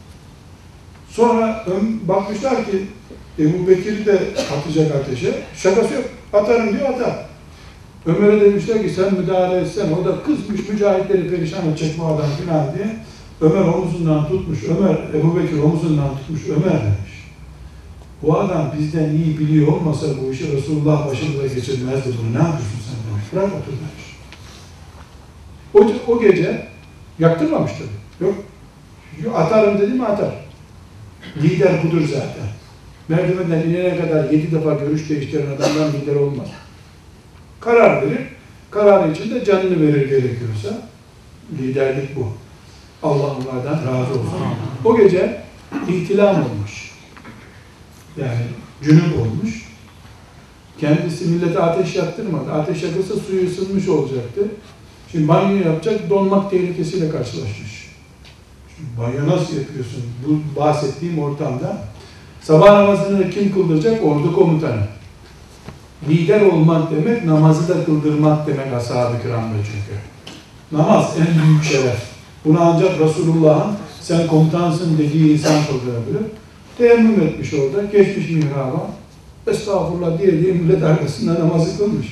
Speaker 1: Sonra bakmışlar ki Ebu Bekir'i de atacak ateşe. Şakası yok. Atarım diyor, atar. Ömer'e demişler ki sen müdahale etsen, o da kızmış, mücahitleri perişan edecek bu adam filan diye. Ömer omuzundan tutmuş, Ebu Bekir omuzundan tutmuş, Ömer demiş. Bu adam bizden iyi biliyor olmasa bu işi Resulullah başımıza geçirmezdi bunu. Ne yapıyorsun sen demiş. Bırak otur demiş. O gece yaktırmamış tabii. Yok. Atarım dedi mi atar. Lider budur zaten. Merdivenden inene kadar 7 defa görüş değiştiren adamdan lider olmaz. Karar verir. Kararı için de canını verir gerekiyorsa. Liderlik bu. Allah onlardan razı olsun. O gece ihtilam olmuş. Yani cünüp olmuş. Kendisi millete ateş yaktırmadı. Ateş yakılsa suyu ısınmış olacaktı. Şimdi banyo yapacak, donmak tehlikesiyle karşılaşmış. Şimdi banyo nasıl yapıyorsun? Bu bahsettiğim ortamda Sabah namazını kim kıldıracak? Ordu komutanı. Lider olmak demek, namazı da kıldırmak demek ashab-ı kiramda çünkü. Namaz en büyük şeref. Bunu ancak Resulullah'ın sen komutansın dediği insan kıldırabilir. Teyemmüm etmiş orada, geçmiş mihraba. Estağfurullah diye millet arkasında namazı kılmış.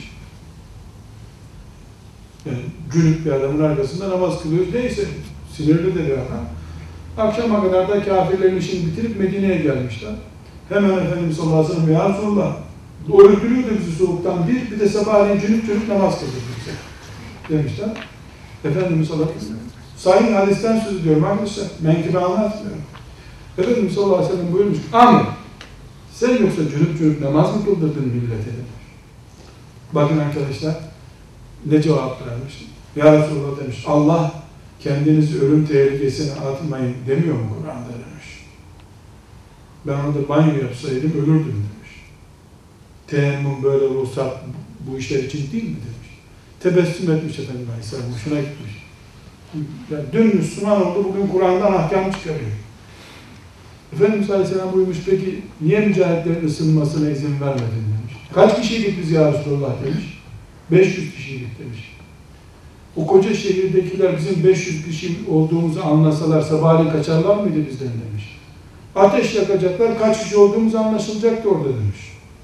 Speaker 1: Yani cünüp bir adamın arkasında namaz kılıyoruz. Neyse, sinirli de bir adam. Akşama kadar da kafirlerin işini bitirip Medine'ye gelmişler. Hemen Efendimiz sallallahu aleyhi ve sellem, ya Resulullah, o öldürüyordu bizi soğuktan bir de sabahleyin cünüp namaz kıldık bize demişler. Efendimiz sallallahu aleyhi ve sellem, sahih hadisten söz ediyorum arkadaşlar, menkıbe anlatmıyorum. Efendimiz sallallahu aleyhi ve sellem buyurmuş, amin. Sen yoksa cünüp namaz mı kıldırdın millete demiş. Bakın arkadaşlar, ne cevap vermiş? Ya Resulullah demiş, Allah kendinizi ölüm tehlikesine atmayın demiyor mu Kur'an'da demiş. Ben orada banyo yapsaydım ölürdüm demiş. Teyemmüm böyle ruhsat bu işler için değil mi demiş. Tebessüm etmiş Efendimiz Aleyhisselam, hoşuna gitmiş. Yani dün Müslüman oldu, bugün Kur'an'dan ahkam çıkarıyor. Efendimiz Aleyhisselam buyurmuş, peki niye mücahitlerin ısınmasına izin vermedin demiş. Kaç kişiydik biz ya Resulullah demiş. 500 kişiydik demiş. O koca şehirdekiler bizim 500 kişi olduğumuzu anlasalar sabahleyin kaçarlar mıydı bizden demiş. Ateş yakacaklar, kaç kişi olduğumuz anlaşılacaktı orada demiş.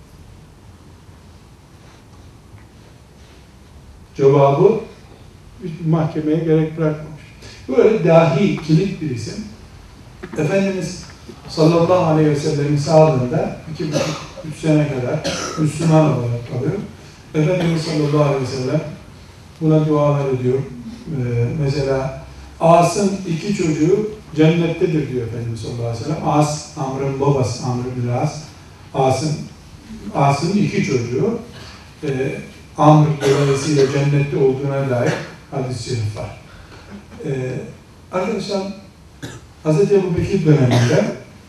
Speaker 1: Cevabı mahkemeye gerek bırakmamış. Böyle dahi, kilit bir isim. Efendimiz sallallahu aleyhi ve sellem'in sağlığında 2,5-3 sene kadar Müslüman olarak kalıyor. Efendimiz sallallahu aleyhi ve sellem buna dualar ediyor. Mesela As'ın 2 çocuğu cennettedir diyor Efendimiz sallallahu aleyhi ve sellem. As, Amr'ın babası, Amr bin As. As'ın 2 çocuğu Amr dolayısıyla cennette olduğuna dair hadis-i şerif var. Arkadaşlar, Hz. Ebu Bekir döneminde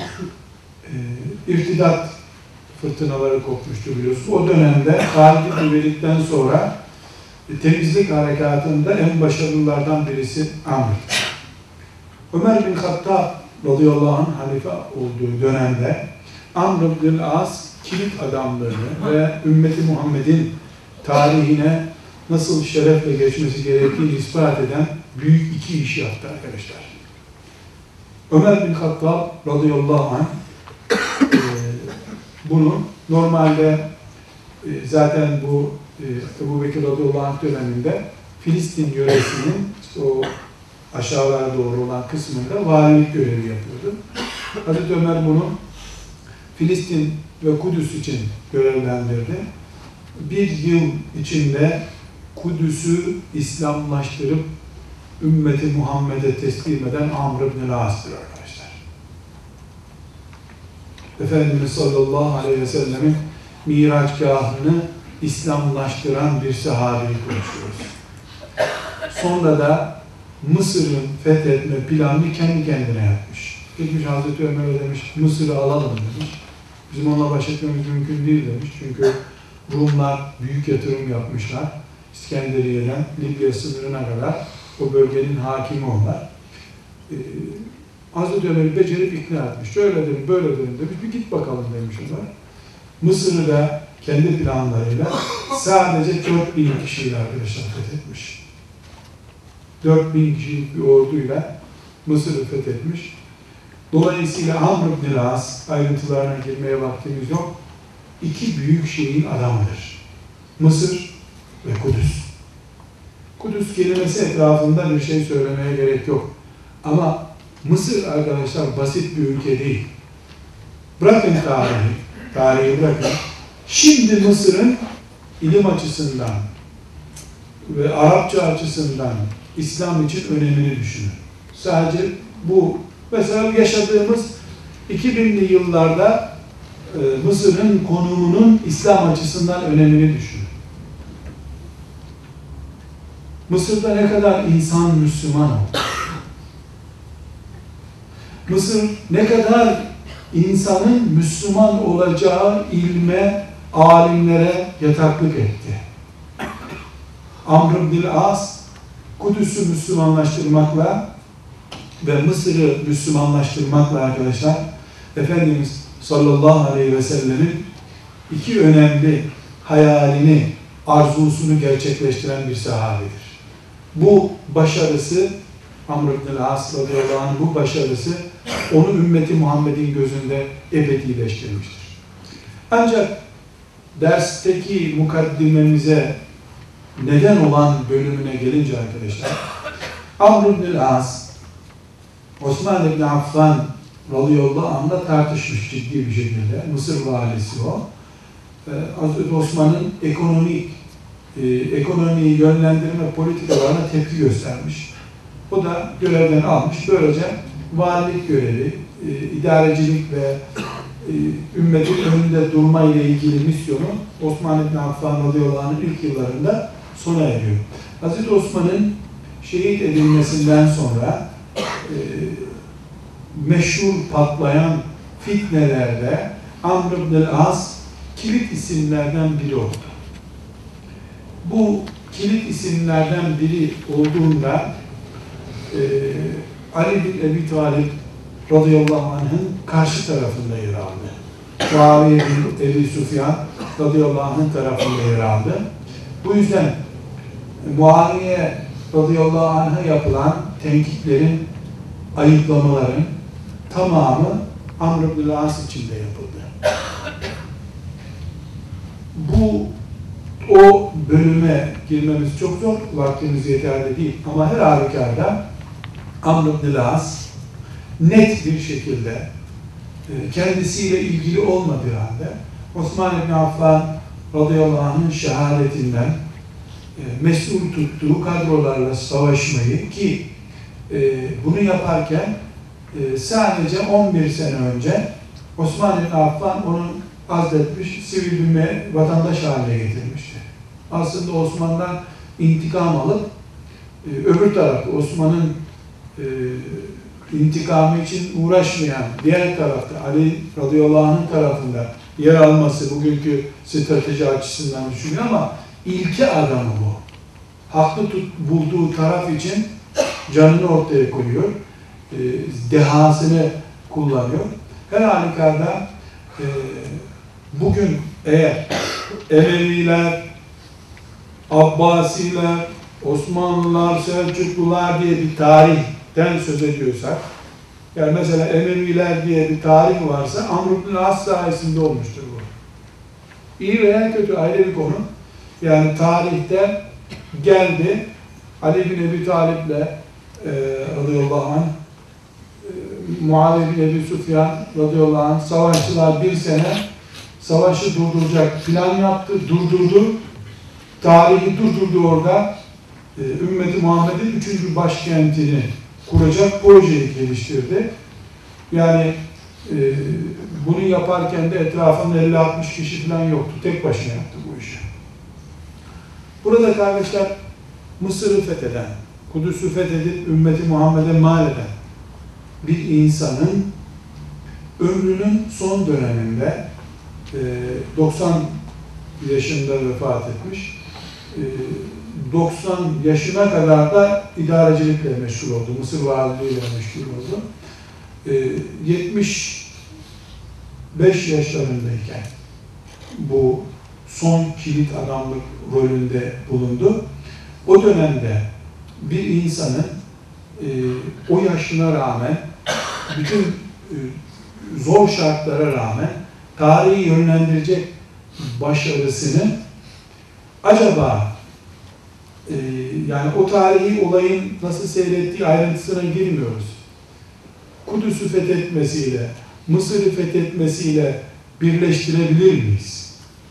Speaker 1: irtidat fırtınaları kopmuştu biliyorsunuz. O dönemde Halid bin Velid'den sonra temizlik harekatında en başarılılardan birisi Amr. Ömer bin Hattab radıyallahu anh halife olduğu dönemde Amr bin As kilit adamlığını ve ümmeti Muhammed'in tarihine nasıl şerefle geçmesi gerektiğini ispat eden büyük 2 iş yaptı arkadaşlar. Ömer bin Hattab radıyallahu anh bunu normalde zaten bu Ebu Bekir radıyallahu anh döneminde Filistin yöresinin işte o aşağılara doğru olan kısmında valilik görevi yapıyordu. Hazreti Ömer bunu Filistin ve Kudüs için görevlendirdi. 1 yıl içinde Kudüs'ü İslamlaştırıp ümmeti Muhammed'e teslim eden Amr bin As'tır arkadaşlar. Efendimiz sallallahu aleyhi ve sellemin miraçgahını İslamlaştıran bir sahabeyi konuşuyoruz. Sonra da Mısır'ın fethetme planını kendi kendine yapmış. Gitmiş Hazreti Ömer'e demiş, Mısır'ı alalım demiş. Bizim onunla baş etmemiz mümkün değil demiş. Çünkü Rumlar büyük yatırım yapmışlar. İskenderiye'den Libya sınırına kadar o bölgenin hakimi onlar. Hazreti Ömer'i becerip ikna etmiş. Şöyle dedim, böyle dedim demiş. Bir git bakalım demiş onlar. Mısır'ı da kendi planlarıyla sadece 4.000 kişiyle arkadaşlar fethetmiş. 4.000 kişilik bir orduyla Mısır'ı fethetmiş. Dolayısıyla Amr bin As, ayrıntılarına girmeye vaktimiz yok, 2 büyük şeyin adamıdır. Mısır ve Kudüs. Kudüs kelimesi etrafında bir şey söylemeye gerek yok. Ama Mısır arkadaşlar basit bir ülke değil. Bırakın tarihi bırakın. Şimdi Mısır'ın ilim açısından ve Arapça açısından İslam için önemini düşünün. Sadece bu, mesela yaşadığımız 2000'li yıllarda Mısır'ın konumunun İslam açısından önemini düşünün. Mısır'da ne kadar insan Müslüman oldu? Mısır ne kadar insanın Müslüman olacağı ilme, alimlere yataklık etti. Amr bin As, Kudüs'ü Müslümanlaştırmakla ve Mısır'ı Müslümanlaştırmakla arkadaşlar, Efendimiz sallallahu aleyhi ve sellemin iki önemli hayalini, arzusunu gerçekleştiren bir sahabedir. Bu başarısı, Amr ibn al-As radıyallahu anh, bu başarısı onu ümmeti Muhammed'in gözünde ebedileştirmiştir. Ancak dersteki mukaddimemize neden olan bölümüne gelince arkadaşlar, Amr ibn al-As, Osman ibn Affan radıyallahu anh'la tartışmış ciddi bir şekilde. Mısır valisi o. Hazreti Osman'ın ekonomiyi yönlendirme politikalarına tepki göstermiş. O da görevden almış. Böylece valilik görevi, idarecilik ve ümmetin önünde durma ile ilgili misyonu Osman ibn Affan radıyallahu anh'ın ilk yıllarında sona eriyor. Hazreti Osman'ın şehit edilmesinden sonra meşhur patlayan fitnelerde Amr ibn al-As kilit isimlerden biri oldu. Bu kilit isimlerden biri olduğunda Ali bin Ebi Talib radıyallahu anh'ın karşı tarafında yer aldı. Muaviye bin Ebi Süfyan radıyallahu anh'ın tarafında yer aldı. Bu yüzden Muaviye radıyallahu anh'a yapılan tenkitlerin, ayıplamaların tamamı Amr ibn al-As için de yapıldı. O bölüme girmemiz çok zor, vaktimiz yeterli değil. Ama her halükarda Amr ibn al-As net bir şekilde kendisiyle ilgili olmadığı halde Osman ibn Affan radıyallahu anh'ın şehadetinden mesul tuttuğu kadrolarla savaşmayı ki bunu yaparken sadece 11 sene önce Osman ibn Affan onu azletmiş, sivil bir vatandaş haline getirmişti. Aslında Osman'dan intikam alıp öbür tarafta Osman'ın intikamı için uğraşmayan diğer tarafta Ali radıyallahu anh'ın tarafında yer alması bugünkü strateji açısından düşünüyor ama ilke adamı bu. Haklı bulduğu taraf için canını ortaya koyuyor. Dehasını kullanıyor. Her halükarda bugün eğer Emeviler, Abbasiler, Osmanlılar, Selçuklular diye bir tarihten söz ediyorsak, yani mesela Emeviler diye bir tarih varsa Amr ibn al-As sayesinde olmuştur bu. İyi veya kötü ayrı bir konu. Yani tarihte geldi Ali bin Ebi Talib'le radıyallahu anh, Muaviye bin Ebi Süfyan radıyallahu anh savaşçılar bir sene savaşı durduracak plan yaptı, durdurdu. Tarihi durdurdu orada. Ümmeti Muhammed'in 3. başkentini kuracak projeyi geliştirdi. Yani bunu yaparken de etrafında 50-60 kişi falan yoktu. Tek başına yaptı bu işi. Burada kardeşler Mısır'ı fetheden, Kudüs'ü fethedip ümmeti Muhammed'e mal eden bir insanın ömrünün son döneminde 90 yaşında vefat etmiş. 90 yaşına kadar da idarecilikle meşgul oldu. Mısır valiliğiyle meşgul oldu. 75 yaşlarındayken bu son kilit adamlık rolünde bulundu. O dönemde bir insanın o yaşına rağmen bütün zor şartlara rağmen tarihi yönlendirecek başarısını acaba yani o tarihi olayın nasıl seyrettiği ayrıntısına girmiyoruz. Kudüs'ü fethetmesiyle, Mısır'ı fethetmesiyle birleştirebilir miyiz?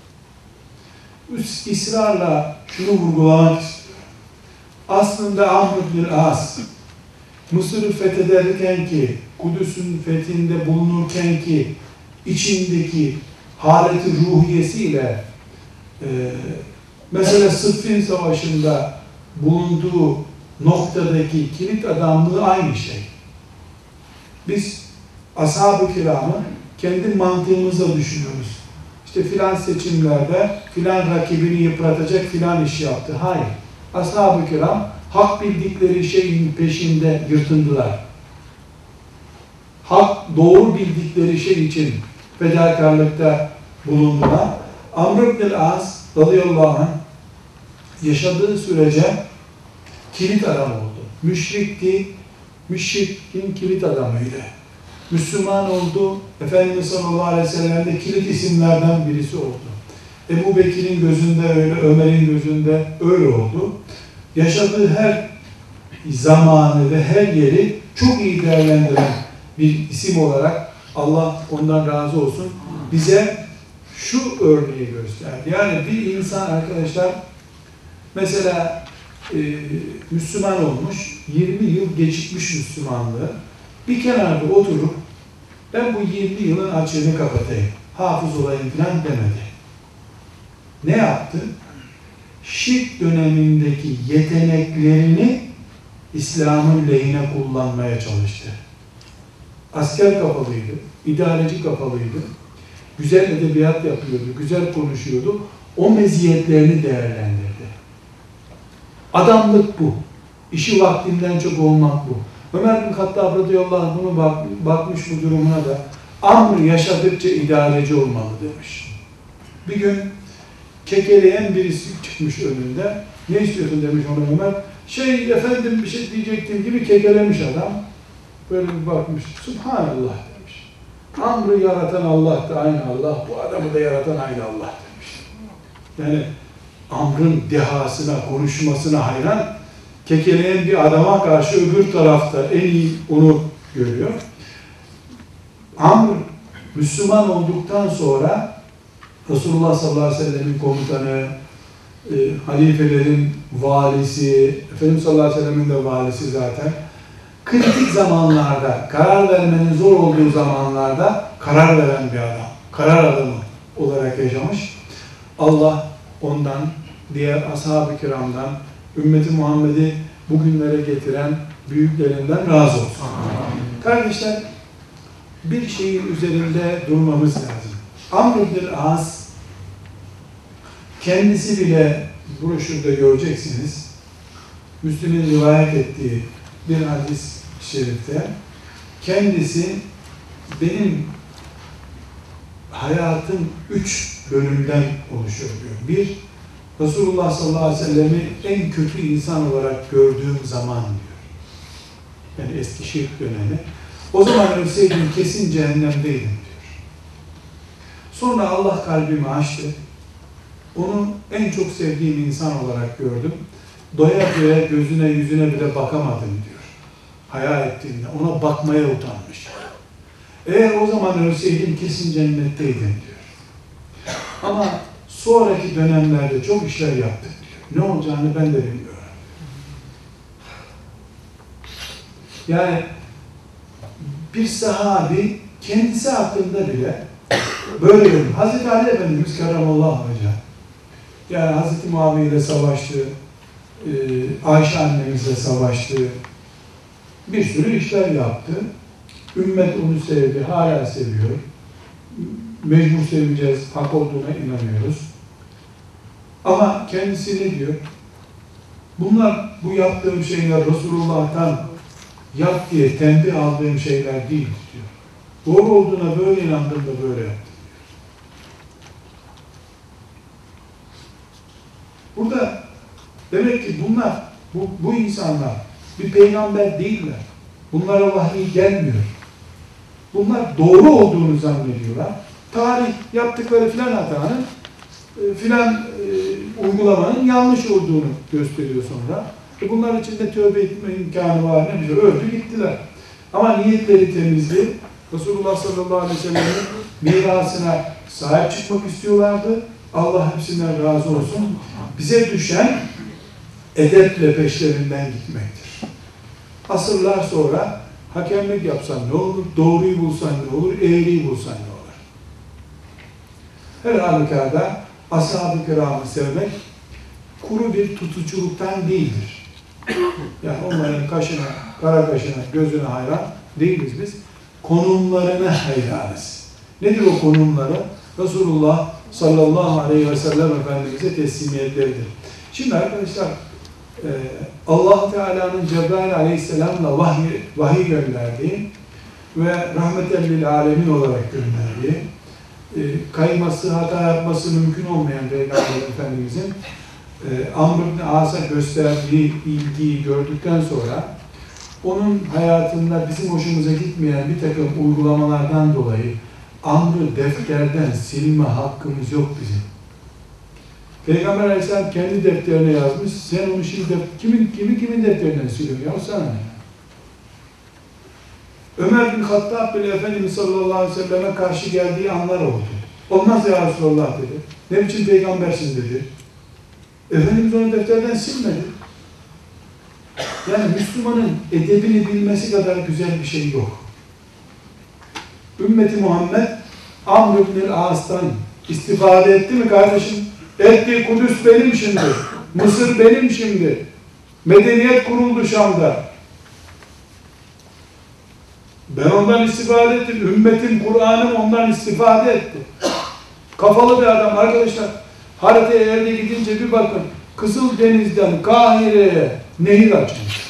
Speaker 1: İsrarla şunu vurgulamak istiyorum. Aslında Amr ibn al-As Mısır'ı fethederken ki, Kudüs'ün fethinde bulunurken ki içindeki haleti ruhiyesiyle mesela Sıffin Savaşı'nda bulunduğu noktadaki kilit adamlığı aynı şey. Biz ashab-ı kiramı kendi mantığımızla düşünüyoruz. İşte filan seçimlerde filan rakibini yıpratacak filan iş yaptı. Hayır. Ashab-ı kiram hak bildikleri şeyin peşinde yırtındılar. Hak doğru bildikleri şey için fedakarlıkta bulundular. Amr ibn As radıyallahu anh yaşadığı sürece kilit adam oldu. Müşrikti, müşrikin kilit adamıydı. Müslüman oldu, Efendimiz sallallahu aleyhi ve sellem de kilit isimlerden birisi oldu. Ebu Bekir'in gözünde öyle, Ömer'in gözünde öyle oldu. Yaşadığı her zamanı ve her yeri çok iyi değerlendiren bir isim olarak Allah ondan razı olsun bize şu örneği gösterdi. Yani bir insan arkadaşlar mesela Müslüman olmuş, 20 yıl geçmiş Müslümanlığı, bir kenarda oturup ben bu 20 yılın açığını kapatayım, hafız olayım falan demedi. Ne yaptı? Şirk dönemindeki yeteneklerini İslam'ın lehine kullanmaya çalıştı. Asker kafalıydı, idareci kafalıydı, güzel edebiyat yapıyordu, güzel konuşuyordu, o meziyetlerini değerlendirdi. Adamlık bu. İşi vaktinden çok olmak bu. Ömer bin Hattab radıyallahu anh bunu bakmış bu durumuna da Amr yaşadıkça idareci olmalı demiş. Bir gün kekeleyen birisi çıkmış önünde. Ne istiyorsun demiş ona Ömer. Efendim bir şey diyecektim gibi kekelemiş adam. Böyle bir bakmış. Subhanallah demiş. Amr'ı yaratan Allah da aynı Allah. Bu adamı da yaratan aynı Allah demiş. Yani Amr'ın dehasına, konuşmasına hayran, kekeleyen bir adama karşı öbür tarafta en iyi onu görüyor. Amr Müslüman olduktan sonra Resulullah sallallahu aleyhi ve sellem'in komutanı, halifelerin valisi, Efendimiz sallallahu aleyhi ve sellem'in de valisi zaten. Kritik zamanlarda, karar vermenin zor olduğu zamanlarda karar veren bir adam, karar adamı olarak yaşamış. Allah ondan, diğer ashab-ı kiramdan, ümmeti Muhammed'i bugünlere getiren büyüklerinden razı olsun. Kardeşler, bir şeyin üzerinde durmamız lazım. Amr ibn As kendisi bile broşürde göreceksiniz. Müslim'in rivayet ettiği bir hadis-i şerifte kendisi benim hayatım 3 bölümden oluşuyor diyor. Bir, Resulullah sallallahu aleyhi ve sellem'i en kötü insan olarak gördüğüm zaman diyor. Yani eski şirk dönemi. O zaman ölseydim kesin cehennemdeydim diyor. Sonra Allah kalbimi açtı. Onu en çok sevdiğim insan olarak gördüm. Doya doya gözüne yüzüne bile bakamadım diyor. Hayal ettiğimde ona bakmaya utanmış. Eğer o zaman ölseydim kesin cennetteydim diyor. Ama sonraki dönemlerde çok işler yaptık diyor. Ne olacağını ben de bilmiyorum. Yani bir sahabi kendisi hakkında bile böyle görüyor. Hazreti Ali Efendimiz Kerramallahu Vecehâ, yani Hazreti Muaviye ile savaştı, Ayşe annemizle savaştı, bir sürü işler yaptı. Ümmet onu sevdi, hala seviyor. Mecbur seveceğiz, hak olduğuna inanıyoruz. Ama kendisi ne diyor? Bunlar, bu yaptığım şeyler Resulullah'tan yap diye tembih aldığım şeyler değil diyor. Doğru olduğuna böyle inandım da böyle yaptım. Burada demek ki bunlar, bu insanlar bir peygamber değiller. Bunlara vahiy gelmiyor. Bunlar doğru olduğunu zannediyorlar. Tarih yaptıkları filan hatanın, filan uygulamanın yanlış olduğunu gösteriyor sonra. Bunlar için de tövbe etme imkanı var. Ne bize öldü gittiler. Ama niyetleri temizdi. Resulullah sallallahu aleyhi ve sellem'in mirasına sahip çıkmak istiyorlardı. Allah hepsinden razı olsun. Bize düşen edeple peşlerinden gitmektir. Asırlar sonra hakemlik yapsan ne olur, doğruyu bulsan ne olur, eğriyi bulsan ne olur. Her halükarda ashab-ı kiramı sevmek kuru bir tutuculuktan değildir. Yani onların kaşına, kara kaşına, gözüne hayran değiliz biz. Konumlarına hayranız. Nedir o konumları? Resulullah sallallahu aleyhi ve sellem Efendimiz'e teslimiyetleridir. Şimdi arkadaşlar, Allah Teala'nın Cebrail aleyhisselamla vahiy gönderdiği ve rahmeten lil alemin olarak gönderdiği kayması, hata yapması mümkün olmayan Peygamber Efendimizin Amr ibn As'a gösterdiği ilgiyi gördükten sonra onun hayatında bizim hoşumuza gitmeyen bir takım uygulamalardan dolayı Amr'ı defterden silme hakkımız yok bizim. Peygamber Aleyhisselam kendi defterine yazmış, sen onu şimdi kimin defterinden siliyorsun ya sana ne? Ömer bin Hattab bile Efendimiz sallallahu aleyhi ve selleme karşı geldiği anlar oldu. Olmaz ya Resulallah dedi. Ne biçim peygambersin dedi. Efendimiz onu defterden silmedi. Yani Müslümanın edebini bilmesi kadar güzel bir şey yok. Ümmeti Muhammed Amr ibn As'tan istifade etti mi kardeşim? Etti, Kudüs benim şimdi. Mısır benim şimdi. Medeniyet kuruldu Şam'da. Ben ondan istifade ettim. Ümmetim, Kur'an'ım ondan istifade etti. Kafalı bir adam arkadaşlar. Haritaya elde gidince bir bakın. Kızıldeniz'den Kahire'ye nehir açmış.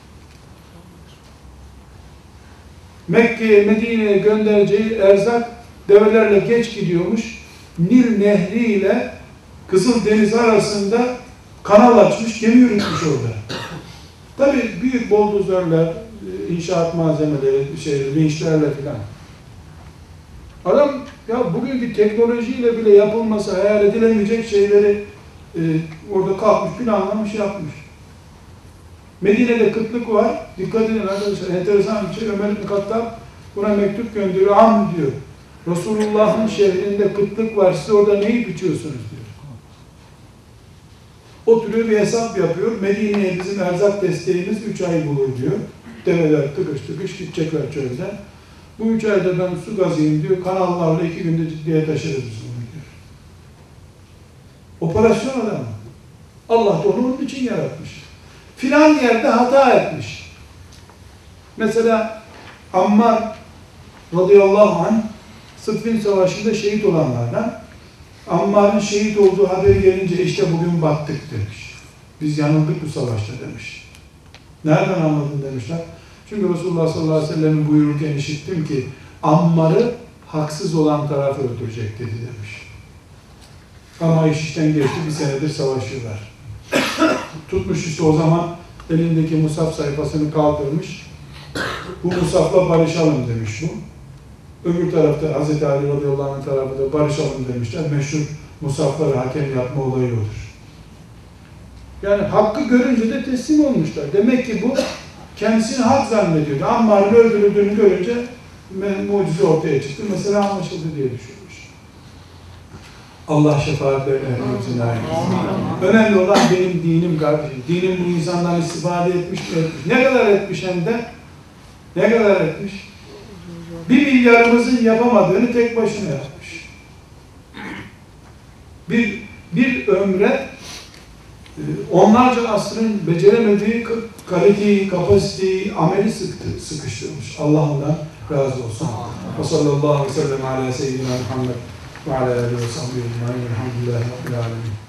Speaker 1: Mekke'ye, Medine'ye göndereceği erzak develerle geç gidiyormuş. Nil Nehri ile Kızıldeniz arasında kanal açmış, gemi yürütmüş orada. Tabii büyük buldozörler, inşaat malzemeleri, vinçlerle filan. Adam ya bugünkü teknolojiyle bile yapılması hayal edilemeyecek şeyleri orada kalkmış, planlamış, yapmış. Medine'de kıtlık var. Dikkat edin arkadaşlar, enteresan bir şey. Ömer bin Hattab buna mektup gönderiyor. Am diyor. Resulullah'ın şehrinde kıtlık var. Siz orada ne yiyip içiyorsunuz diyor. Oturuyor bir hesap yapıyor. Medine'ye bizim erzak desteğimiz 3 ay bulur diyor. Develer tıkış tıkış gidecekler çölden. Bu 3 ayda ben su gazıyım diyor. Kanallarla 2 günde ciddiye taşırız biz bunu diyor. Operasyon adamı. Allah da onu onun için yaratmış. Filan yerde hata etmiş. Mesela Ammar radıyallahu anh Sıffin Savaşı'nda şehit olanlardan. Ammar'ın şehit olduğu haberi gelince işte bugün battık demiş. Biz yanıldık bu savaşta demiş. Nereden anladın demişler. Çünkü Resulullah sallallahu aleyhi ve sellem'in buyururken işittim ki Ammar'ı haksız olan tarafı öldürecek dedi demiş. Ama iş işten geçti, bir senedir savaşıyorlar. Tutmuş işte o zaman elindeki musaf sayfasını kaldırmış. Bu musafla barışalım demiş bu. Öbür tarafta Hazreti Ali radıyallahu anh tarafı da barışalım demişler. Meşhur musafları hakem yapma olayı odur. Yani hakkı görünce de teslim olmuşlar. Demek ki bu kendisini hak zannediyordu. Ammar'ın öldürüldüğünü görünce mucize ortaya çıktı. Mesela anlaşıldı diye düşünmüş. Allah şefaatlerini hepimizin ayırmasın. Önemli olan benim dinim kardeşim. Dinim bu insandan istifade etmiş mi etmiş. Ne kadar etmiş hem de? Ne kadar etmiş? 1 milyarımızın yapamadığını tek başına yapmış. Bir ömre onlarca asrın beceremediği kaliteyi, kapasiteyi, ameli sıkıştırmış. Allah ondan razı olsun. Ve sallallahu aleyhi ve sellem ala seyyidina Muhammed ve ala aleyhi ve sahbihi ecmaîn. Elhamdülillahi rabbil âlemin.